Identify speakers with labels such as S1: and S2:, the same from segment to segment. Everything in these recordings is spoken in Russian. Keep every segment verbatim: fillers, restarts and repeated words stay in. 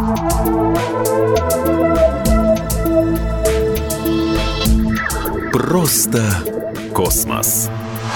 S1: Просто космос.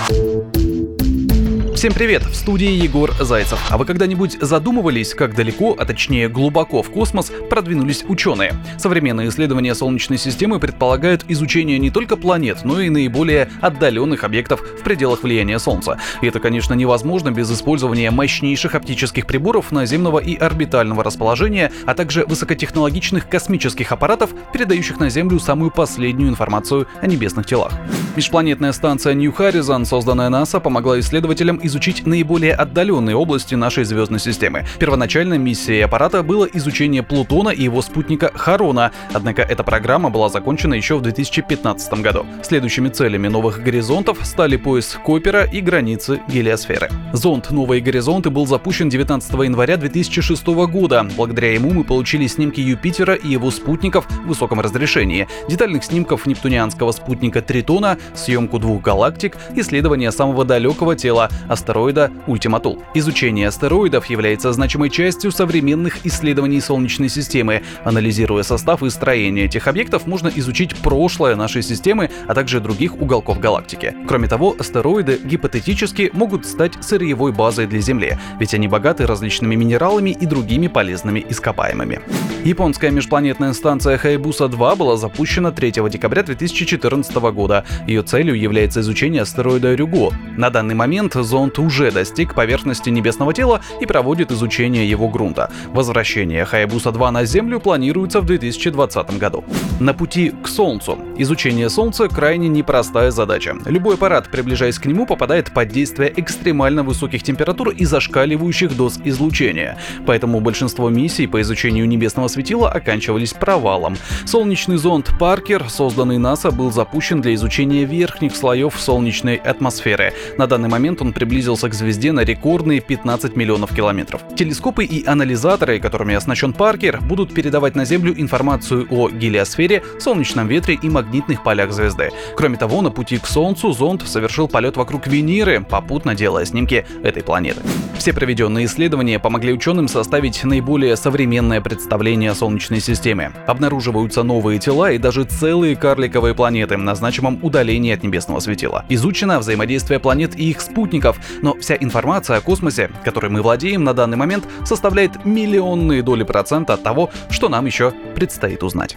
S2: Всем привет! В студии Егор Зайцев. А вы когда-нибудь задумывались, как далеко, а точнее глубоко в космос продвинулись ученые? Современные исследования Солнечной системы предполагают изучение не только планет, но и наиболее отдаленных объектов в пределах влияния Солнца. И это, конечно, невозможно без использования мощнейших оптических приборов наземного и орбитального расположения, а также высокотехнологичных космических аппаратов, передающих на Землю самую последнюю информацию о небесных телах. Межпланетная станция New Horizon, созданная НАСА, помогла исследователям изучить наиболее отдаленные области нашей звездной системы. Первоначально миссией аппарата было изучение Плутона и его спутника Харона, однако эта программа была закончена еще в две тысячи пятнадцатом году. Следующими целями новых горизонтов стали поиск Коппера и границы гелиосферы. Зонд «Новые горизонты» был запущен девятнадцатого января две тысячи шестого года. Благодаря ему мы получили снимки Юпитера и его спутников в высоком разрешении, детальных снимков нептунианского спутника Тритона, съемку двух галактик, исследование самого далекого тела астероида Ультиматул. Изучение астероидов является значимой частью современных исследований Солнечной системы. Анализируя состав и строение этих объектов, можно изучить прошлое нашей системы, а также других уголков галактики. Кроме того, астероиды гипотетически могут стать сырьевой базой для Земли, ведь они богаты различными минералами и другими полезными ископаемыми. Японская межпланетная станция Хаябуса два была запущена третьего декабря две тысячи четырнадцатого года. Ее целью является изучение астероида Рюго. На данный момент зонд уже достиг поверхности небесного тела и проводит изучение его грунта. Возвращение Хаябуса два на Землю планируется в две тысячи двадцатом году. На пути к Солнцу. Изучение Солнца крайне непростая задача. Любой аппарат, приближаясь к нему, попадает под действие экстремально высоких температур и зашкаливающих доз излучения. Поэтому большинство миссий по изучению небесного светила оканчивались провалом. Солнечный зонд Паркер, созданный НАСА, был запущен для изучения верхних слоев солнечной атмосферы. На данный момент он приблизился к звезде на рекордные пятнадцать миллионов километров. Телескопы и анализаторы, которыми оснащен Паркер, будут передавать на Землю информацию о гелиосфере, солнечном ветре и магнитных полях звезды. Кроме того, на пути к Солнцу зонд совершил полет вокруг Венеры, попутно делая снимки этой планеты. Все проведенные исследования помогли ученым составить наиболее современное представление о Солнечной системе. Обнаруживаются новые тела и даже целые карликовые планеты на значимом удалении от небесного светила. Изучено взаимодействие планет и их спутников, но вся информация о космосе, которой мы владеем на данный момент, составляет миллионные доли процента от того, что нам еще предстоит узнать.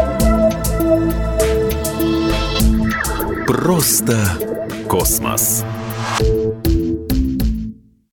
S1: Просто космос.